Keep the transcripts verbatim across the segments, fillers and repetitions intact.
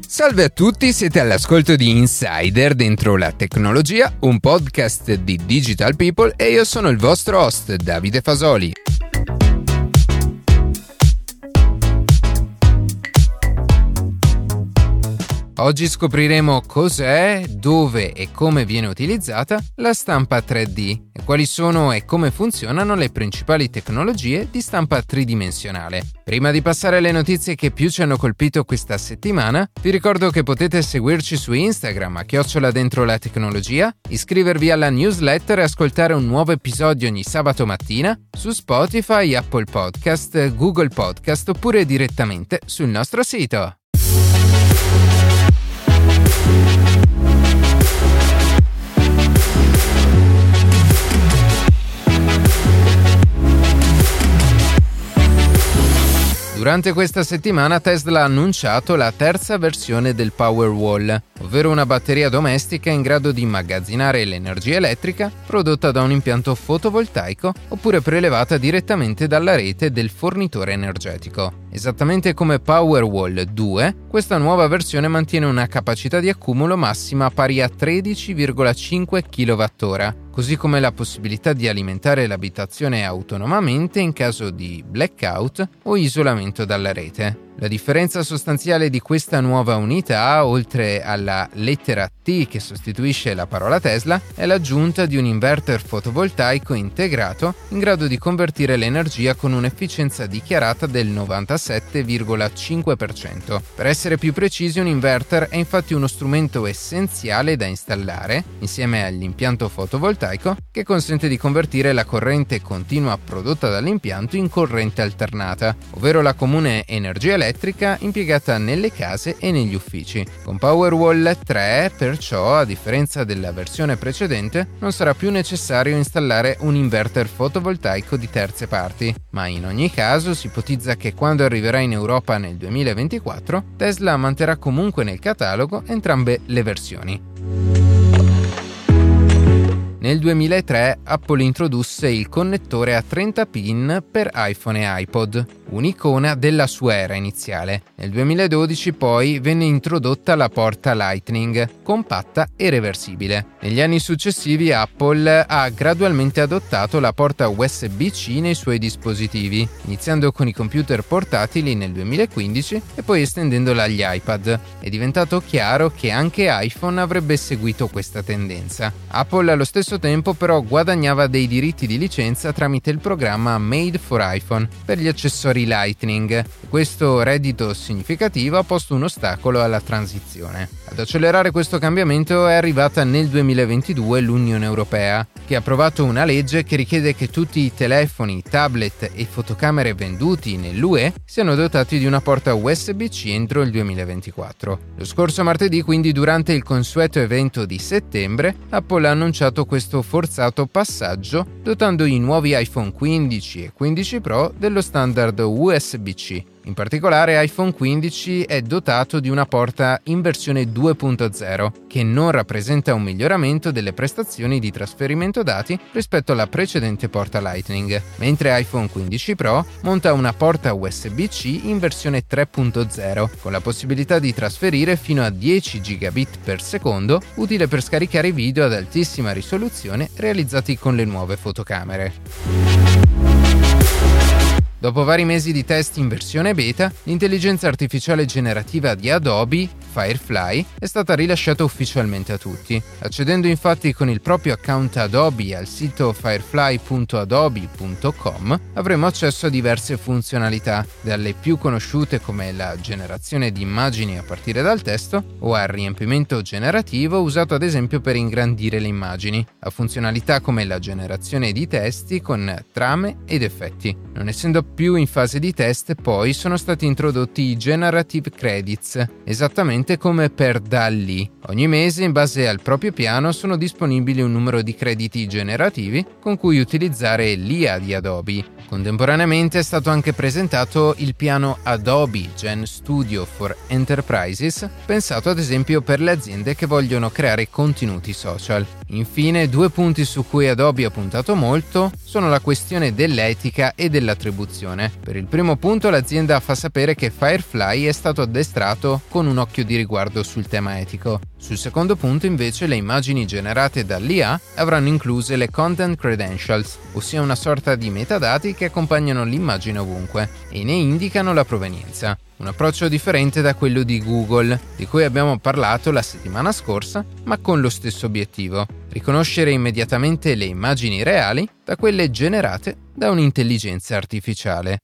Salve a tutti, siete all'ascolto di Insider dentro la tecnologia, un podcast di Digital People e io sono il vostro host Davide Fasoli. Oggi scopriremo cos'è, dove e come viene utilizzata la stampa tre D e quali sono e come funzionano le principali tecnologie di stampa tridimensionale. Prima di passare alle notizie che più ci hanno colpito questa settimana, vi ricordo che potete seguirci su Instagram a chiocciola dentro la tecnologia, iscrivervi alla newsletter e ascoltare un nuovo episodio ogni sabato mattina su Spotify, Apple Podcast, Google Podcast oppure direttamente sul nostro sito. Durante questa settimana Tesla ha annunciato la terza versione del Powerwall, ovvero una batteria domestica in grado di immagazzinare l'energia elettrica prodotta da un impianto fotovoltaico oppure prelevata direttamente dalla rete del fornitore energetico. Esattamente come Powerwall due, questa nuova versione mantiene una capacità di accumulo massima pari a tredici virgola cinque chilowattora, così come la possibilità di alimentare l'abitazione autonomamente in caso di blackout o isolamento dalla rete. La differenza sostanziale di questa nuova unità, oltre alla lettera T che sostituisce la parola Tesla, è l'aggiunta di un inverter fotovoltaico integrato in grado di convertire l'energia con un'efficienza dichiarata del novantasette virgola cinque per cento. Per essere più precisi, un inverter è infatti uno strumento essenziale da installare, insieme all'impianto fotovoltaico, che consente di convertire la corrente continua prodotta dall'impianto in corrente alternata, ovvero la comune energia elettrica elettrica impiegata nelle case e negli uffici. Con Powerwall tre, perciò, a differenza della versione precedente, non sarà più necessario installare un inverter fotovoltaico di terze parti, ma in ogni caso si ipotizza che quando arriverà in Europa nel duemilaventiquattro, Tesla manterrà comunque nel catalogo entrambe le versioni. Nel duemilatré Apple introdusse il connettore a trenta pin per iPhone e iPod, un'icona della sua era iniziale. Nel duemiladodici poi venne introdotta la porta Lightning, compatta e reversibile. Negli anni successivi Apple ha gradualmente adottato la porta U S B C nei suoi dispositivi, iniziando con i computer portatili nel duemilaquindici e poi estendendola agli iPad. È diventato chiaro che anche iPhone avrebbe seguito questa tendenza. Apple allo stesso tempo però guadagnava dei diritti di licenza tramite il programma Made for iPhone per gli accessori Lightning. Questo reddito significativo ha posto un ostacolo alla transizione. Ad accelerare questo cambiamento è arrivata nel duemilaventidue l'Unione Europea, che ha approvato una legge che richiede che tutti i telefoni, tablet e fotocamere venduti nell'U E siano dotati di una porta U S B C entro il duemilaventiquattro. Lo scorso martedì, quindi durante il consueto evento di settembre, Apple ha annunciato questo forzato passaggio dotando i nuovi iPhone quindici e quindici Pro dello standard U S B C. In particolare iPhone quindici è dotato di una porta in versione due punto zero, che non rappresenta un miglioramento delle prestazioni di trasferimento dati rispetto alla precedente porta Lightning, mentre iPhone quindici Pro monta una porta U S B C in versione tre punto zero, con la possibilità di trasferire fino a dieci gigabit per secondo, utile per scaricare video ad altissima risoluzione realizzati con le nuove fotocamere. Dopo vari mesi di test in versione beta, l'intelligenza artificiale generativa di Adobe, Firefly, è stata rilasciata ufficialmente a tutti. Accedendo infatti con il proprio account Adobe al sito firefly punto adobe punto com avremo accesso a diverse funzionalità, dalle più conosciute come la generazione di immagini a partire dal testo o al riempimento generativo usato ad esempio per ingrandire le immagini, a funzionalità come la generazione di testi con trame ed effetti. Non essendo più in fase di test, poi sono stati introdotti i Generative Credits, esattamente come per DALL-E. Ogni mese, in base al proprio piano, sono disponibili un numero di crediti generativi con cui utilizzare l'I A di Adobe. Contemporaneamente è stato anche presentato il piano Adobe Gen Studio for Enterprises, pensato ad esempio per le aziende che vogliono creare contenuti social. Infine, due punti su cui Adobe ha puntato molto sono la questione dell'etica e dell'attribuzione. Per il primo punto l'azienda fa sapere che Firefly è stato addestrato con un occhio di riguardo sul tema etico. Sul secondo punto invece le immagini generate dall'I A avranno incluse le Content Credentials, ossia una sorta di metadati che accompagnano l'immagine ovunque e ne indicano la provenienza. Un approccio differente da quello di Google, di cui abbiamo parlato la settimana scorsa, ma con lo stesso obiettivo: riconoscere immediatamente le immagini reali da quelle generate da un'intelligenza artificiale.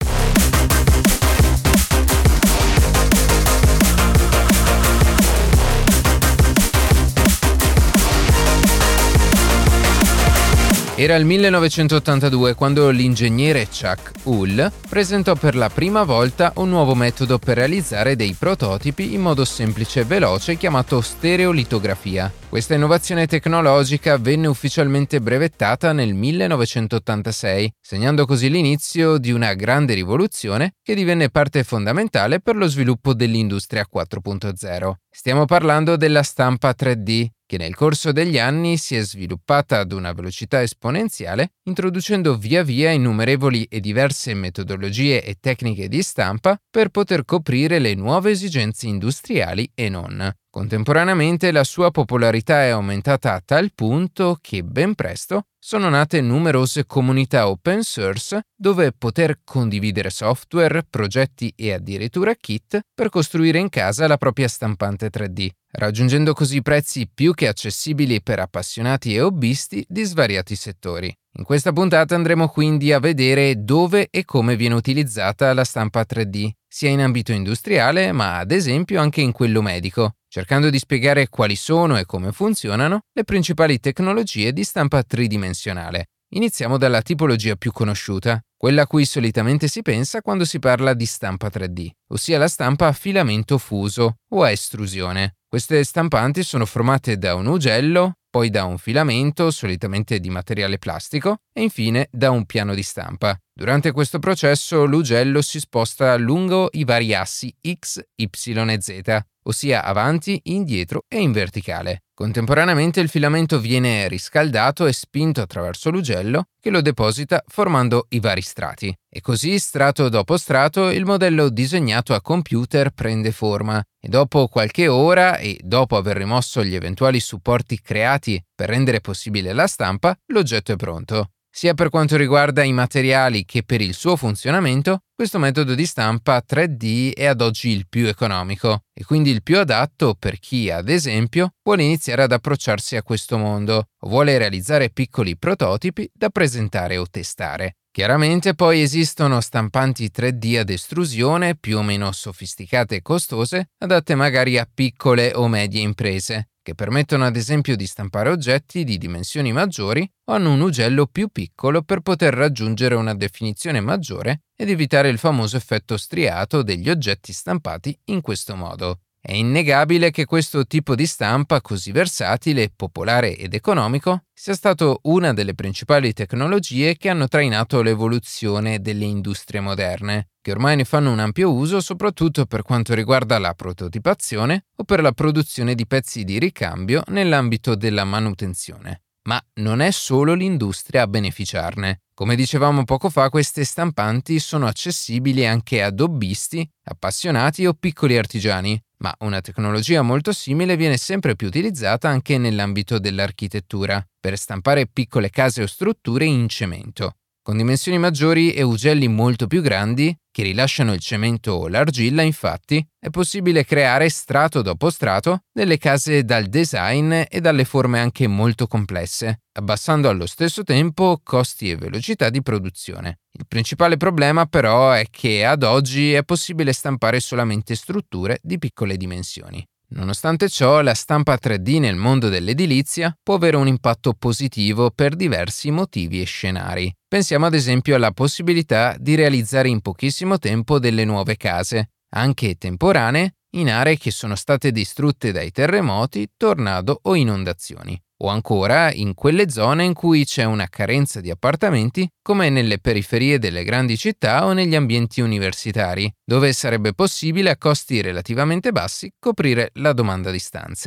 Era il millenovecentottantadue quando l'ingegnere Chuck Hull presentò per la prima volta un nuovo metodo per realizzare dei prototipi in modo semplice e veloce chiamato stereolitografia. Questa innovazione tecnologica venne ufficialmente brevettata nel millenovecentottantasei, segnando così l'inizio di una grande rivoluzione che divenne parte fondamentale per lo sviluppo dell'industria quattro punto zero. Stiamo parlando della stampa tre D, che nel corso degli anni si è sviluppata ad una velocità esponenziale, introducendo via via innumerevoli e diverse metodologie e tecniche di stampa per poter coprire le nuove esigenze industriali e non. Contemporaneamente la sua popolarità è aumentata a tal punto che ben presto sono nate numerose comunità open source dove poter condividere software, progetti e addirittura kit per costruire in casa la propria stampante tre D, raggiungendo così prezzi più che accessibili per appassionati e hobbisti di svariati settori. In questa puntata andremo quindi a vedere dove e come viene utilizzata la stampa tre D, sia in ambito industriale ma ad esempio anche in quello medico, cercando di spiegare quali sono e come funzionano le principali tecnologie di stampa tridimensionale. Iniziamo dalla tipologia più conosciuta, quella a cui solitamente si pensa quando si parla di stampa tre D, ossia la stampa a filamento fuso o a estrusione. Queste stampanti sono formate da un ugello, poi da un filamento, solitamente di materiale plastico, e infine da un piano di stampa. Durante questo processo l'ugello si sposta lungo i vari assi X, Y e Z, ossia avanti, indietro e in verticale. Contemporaneamente il filamento viene riscaldato e spinto attraverso l'ugello che lo deposita formando i vari strati. E così, strato dopo strato, il modello disegnato a computer prende forma e dopo qualche ora e dopo aver rimosso gli eventuali supporti creati per rendere possibile la stampa, l'oggetto è pronto. Sia per quanto riguarda i materiali che per il suo funzionamento, questo metodo di stampa tre D è ad oggi il più economico e quindi il più adatto per chi, ad esempio, vuole iniziare ad approcciarsi a questo mondo o vuole realizzare piccoli prototipi da presentare o testare. Chiaramente poi esistono stampanti tre D ad estrusione più o meno sofisticate e costose, adatte magari a piccole o medie imprese, che permettono ad esempio di stampare oggetti di dimensioni maggiori o hanno un ugello più piccolo per poter raggiungere una definizione maggiore ed evitare il famoso effetto striato degli oggetti stampati in questo modo. È innegabile che questo tipo di stampa così versatile, popolare ed economico sia stato una delle principali tecnologie che hanno trainato l'evoluzione delle industrie moderne, che ormai ne fanno un ampio uso soprattutto per quanto riguarda la prototipazione o per la produzione di pezzi di ricambio nell'ambito della manutenzione. Ma non è solo l'industria a beneficiarne. Come dicevamo poco fa, queste stampanti sono accessibili anche ad hobbisti, appassionati o piccoli artigiani, ma una tecnologia molto simile viene sempre più utilizzata anche nell'ambito dell'architettura, per stampare piccole case o strutture in cemento. Con dimensioni maggiori e ugelli molto più grandi, che rilasciano il cemento o l'argilla, infatti, è possibile creare strato dopo strato delle case dal design e dalle forme anche molto complesse, abbassando allo stesso tempo costi e velocità di produzione. Il principale problema però è che ad oggi è possibile stampare solamente strutture di piccole dimensioni. Nonostante ciò, la stampa tre D nel mondo dell'edilizia può avere un impatto positivo per diversi motivi e scenari. Pensiamo ad esempio alla possibilità di realizzare in pochissimo tempo delle nuove case, anche temporanee, in aree che sono state distrutte dai terremoti, tornado o inondazioni. O ancora in quelle zone in cui c'è una carenza di appartamenti, come nelle periferie delle grandi città o negli ambienti universitari, dove sarebbe possibile a costi relativamente bassi coprire la domanda di stanze.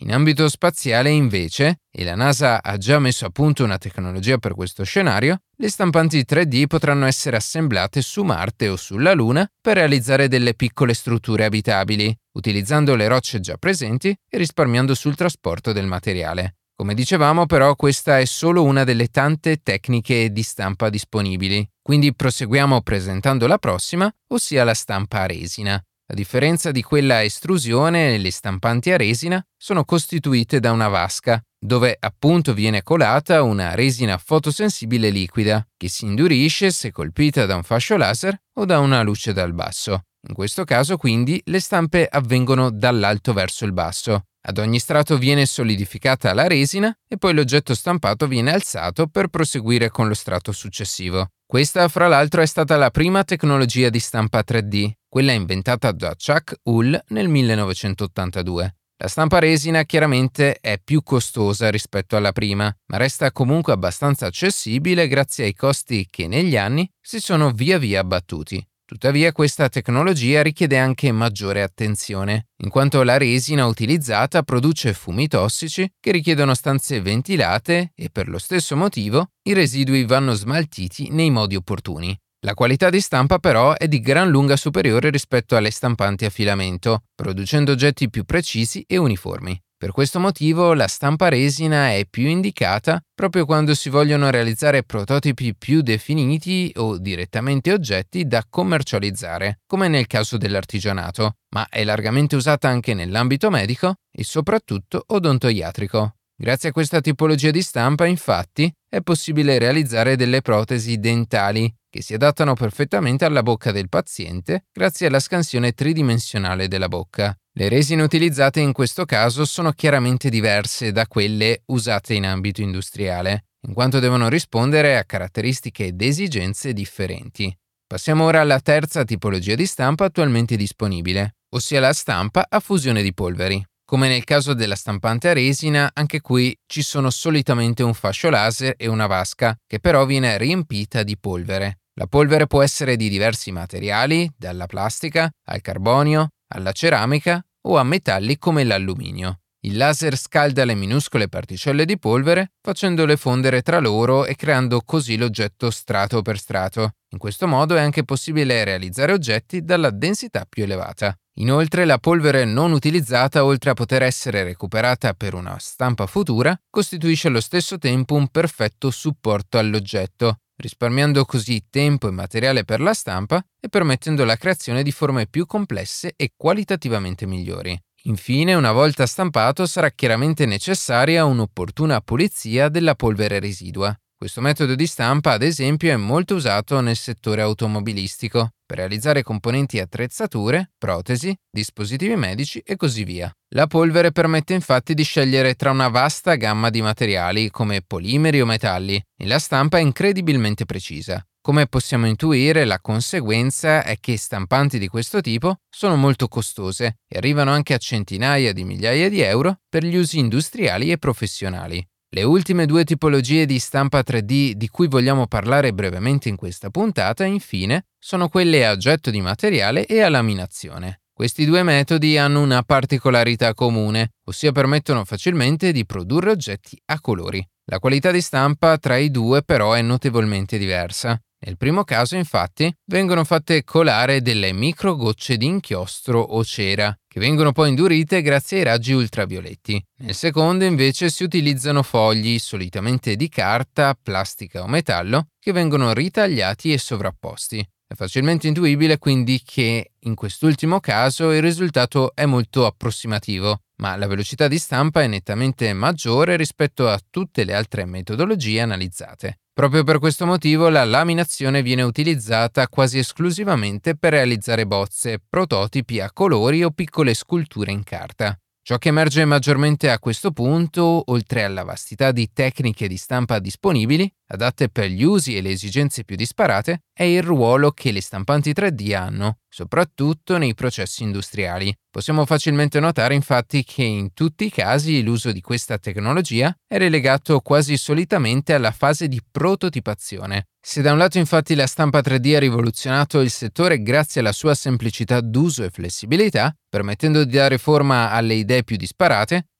In ambito spaziale, invece, e la NASA ha già messo a punto una tecnologia per questo scenario, le stampanti tre D potranno essere assemblate su Marte o sulla Luna per realizzare delle piccole strutture abitabili, utilizzando le rocce già presenti e risparmiando sul trasporto del materiale. Come dicevamo, però, questa è solo una delle tante tecniche di stampa disponibili, quindi proseguiamo presentando la prossima, ossia la stampa a resina. A differenza di quella a estrusione, le stampanti a resina sono costituite da una vasca, dove appunto viene colata una resina fotosensibile liquida, che si indurisce se colpita da un fascio laser o da una luce dal basso. In questo caso, quindi, le stampe avvengono dall'alto verso il basso. Ad ogni strato viene solidificata la resina e poi l'oggetto stampato viene alzato per proseguire con lo strato successivo. Questa, fra l'altro, è stata la prima tecnologia di stampa tre D, quella inventata da Chuck Hull nel millenovecentottantadue. La stampa a resina chiaramente è più costosa rispetto alla prima, ma resta comunque abbastanza accessibile grazie ai costi che negli anni si sono via via abbattuti. Tuttavia, questa tecnologia richiede anche maggiore attenzione, in quanto la resina utilizzata produce fumi tossici che richiedono stanze ventilate e, per lo stesso motivo, i residui vanno smaltiti nei modi opportuni. La qualità di stampa, però, è di gran lunga superiore rispetto alle stampanti a filamento, producendo oggetti più precisi e uniformi. Per questo motivo la stampa a resina è più indicata proprio quando si vogliono realizzare prototipi più definiti o direttamente oggetti da commercializzare, come nel caso dell'artigianato, ma è largamente usata anche nell'ambito medico e soprattutto odontoiatrico. Grazie a questa tipologia di stampa, infatti, è possibile realizzare delle protesi dentali che si adattano perfettamente alla bocca del paziente grazie alla scansione tridimensionale della bocca. Le resine utilizzate in questo caso sono chiaramente diverse da quelle usate in ambito industriale, in quanto devono rispondere a caratteristiche ed esigenze differenti. Passiamo ora alla terza tipologia di stampa attualmente disponibile, ossia la stampa a fusione di polveri. Come nel caso della stampante a resina, anche qui ci sono solitamente un fascio laser e una vasca, che però viene riempita di polvere. La polvere può essere di diversi materiali, dalla plastica al carbonio, alla ceramica o a metalli come l'alluminio. Il laser scalda le minuscole particelle di polvere, facendole fondere tra loro e creando così l'oggetto strato per strato. In questo modo è anche possibile realizzare oggetti dalla densità più elevata. Inoltre, la polvere non utilizzata, oltre a poter essere recuperata per una stampa futura, costituisce allo stesso tempo un perfetto supporto all'oggetto, risparmiando così tempo e materiale per la stampa e permettendo la creazione di forme più complesse e qualitativamente migliori. Infine, una volta stampato, sarà chiaramente necessaria un'opportuna pulizia della polvere residua. Questo metodo di stampa, ad esempio, è molto usato nel settore automobilistico, per realizzare componenti e attrezzature, protesi, dispositivi medici e così via. La polvere permette infatti di scegliere tra una vasta gamma di materiali come polimeri o metalli e la stampa è incredibilmente precisa. Come possiamo intuire, la conseguenza è che stampanti di questo tipo sono molto costose e arrivano anche a centinaia di migliaia di euro per gli usi industriali e professionali. Le ultime due tipologie di stampa tre D di cui vogliamo parlare brevemente in questa puntata, infine, sono quelle a getto di materiale e a laminazione. Questi due metodi hanno una particolarità comune, ossia permettono facilmente di produrre oggetti a colori. La qualità di stampa tra i due però è notevolmente diversa. Nel primo caso, infatti, vengono fatte colare delle micro gocce di inchiostro o cera, che vengono poi indurite grazie ai raggi ultravioletti. Nel secondo, invece, si utilizzano fogli, solitamente di carta, plastica o metallo, che vengono ritagliati e sovrapposti. È facilmente intuibile quindi che, in quest'ultimo caso, il risultato è molto approssimativo, ma la velocità di stampa è nettamente maggiore rispetto a tutte le altre metodologie analizzate. Proprio per questo motivo la laminazione viene utilizzata quasi esclusivamente per realizzare bozze, prototipi a colori o piccole sculture in carta. Ciò che emerge maggiormente a questo punto, oltre alla vastità di tecniche di stampa disponibili, adatte per gli usi e le esigenze più disparate, è il ruolo che le stampanti tre D hanno, soprattutto nei processi industriali. Possiamo facilmente notare infatti che in tutti i casi l'uso di questa tecnologia è relegato quasi solitamente alla fase di prototipazione. Se da un lato infatti la stampa tre D ha rivoluzionato il settore grazie alla sua semplicità d'uso e flessibilità, permettendo di dare forma alle idee più disparate,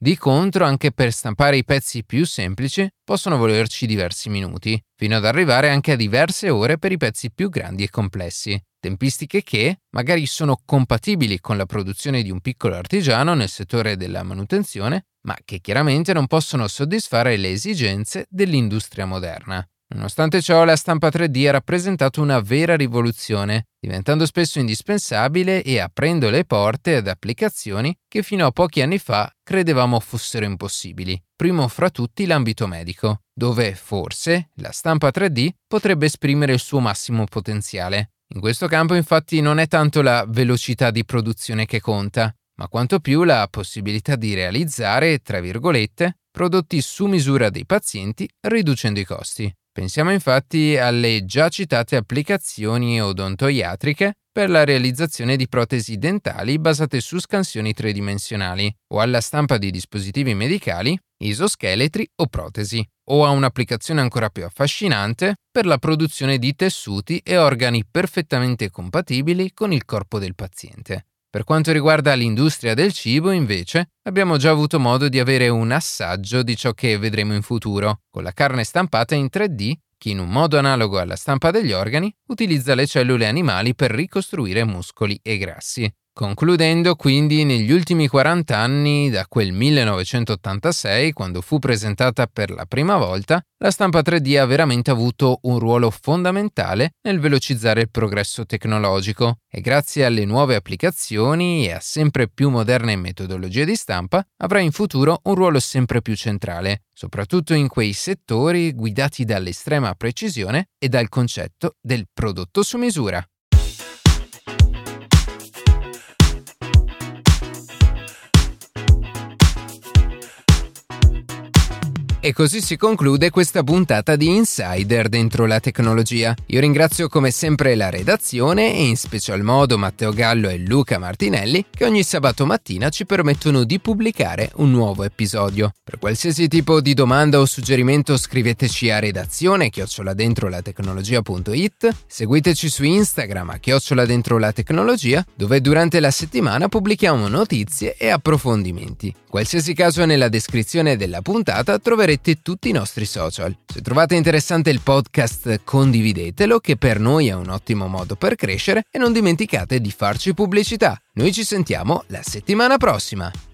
Di contro, anche per stampare i pezzi più semplici possono volerci diversi minuti, fino ad arrivare anche a diverse ore per i pezzi più grandi e complessi. Tempistiche che magari sono compatibili con la produzione di un piccolo artigiano nel settore della manutenzione, ma che chiaramente non possono soddisfare le esigenze dell'industria moderna. Nonostante ciò, la stampa tre D ha rappresentato una vera rivoluzione, diventando spesso indispensabile e aprendo le porte ad applicazioni che fino a pochi anni fa credevamo fossero impossibili. Primo fra tutti l'ambito medico, dove forse la stampa tre D potrebbe esprimere il suo massimo potenziale. In questo campo, infatti, non è tanto la velocità di produzione che conta, ma quanto più la possibilità di realizzare, tra virgolette, prodotti su misura dei pazienti, riducendo i costi. Pensiamo infatti alle già citate applicazioni odontoiatriche per la realizzazione di protesi dentali basate su scansioni tridimensionali, o alla stampa di dispositivi medicali, isoscheletri o protesi, o a un'applicazione ancora più affascinante per la produzione di tessuti e organi perfettamente compatibili con il corpo del paziente. Per quanto riguarda l'industria del cibo, invece, abbiamo già avuto modo di avere un assaggio di ciò che vedremo in futuro. Con la carne stampata in tre D, che in un modo analogo alla stampa degli organi, utilizza le cellule animali per ricostruire muscoli e grassi. Concludendo, quindi, negli ultimi quaranta anni, da quel millenovecentottantasei, quando fu presentata per la prima volta, la stampa tre D ha veramente avuto un ruolo fondamentale nel velocizzare il progresso tecnologico e grazie alle nuove applicazioni e a sempre più moderne metodologie di stampa avrà in futuro un ruolo sempre più centrale, soprattutto in quei settori guidati dall'estrema precisione e dal concetto del prodotto su misura. E così si conclude questa puntata di Insider dentro la tecnologia. Io ringrazio come sempre la redazione e in special modo Matteo Gallo e Luca Martinelli che ogni sabato mattina ci permettono di pubblicare un nuovo episodio. Per qualsiasi tipo di domanda o suggerimento scriveteci a redazione chiocciola dentro la tecnologia punto it, seguiteci su Instagram a chiocciola dentro la tecnologia, dove durante la settimana pubblichiamo notizie e approfondimenti. Qualsiasi caso, nella descrizione della puntata troverete tutti i nostri social. Se trovate interessante il podcast, condividetelo, che per noi è un ottimo modo per crescere, e non dimenticate di farci pubblicità. Noi ci sentiamo la settimana prossima.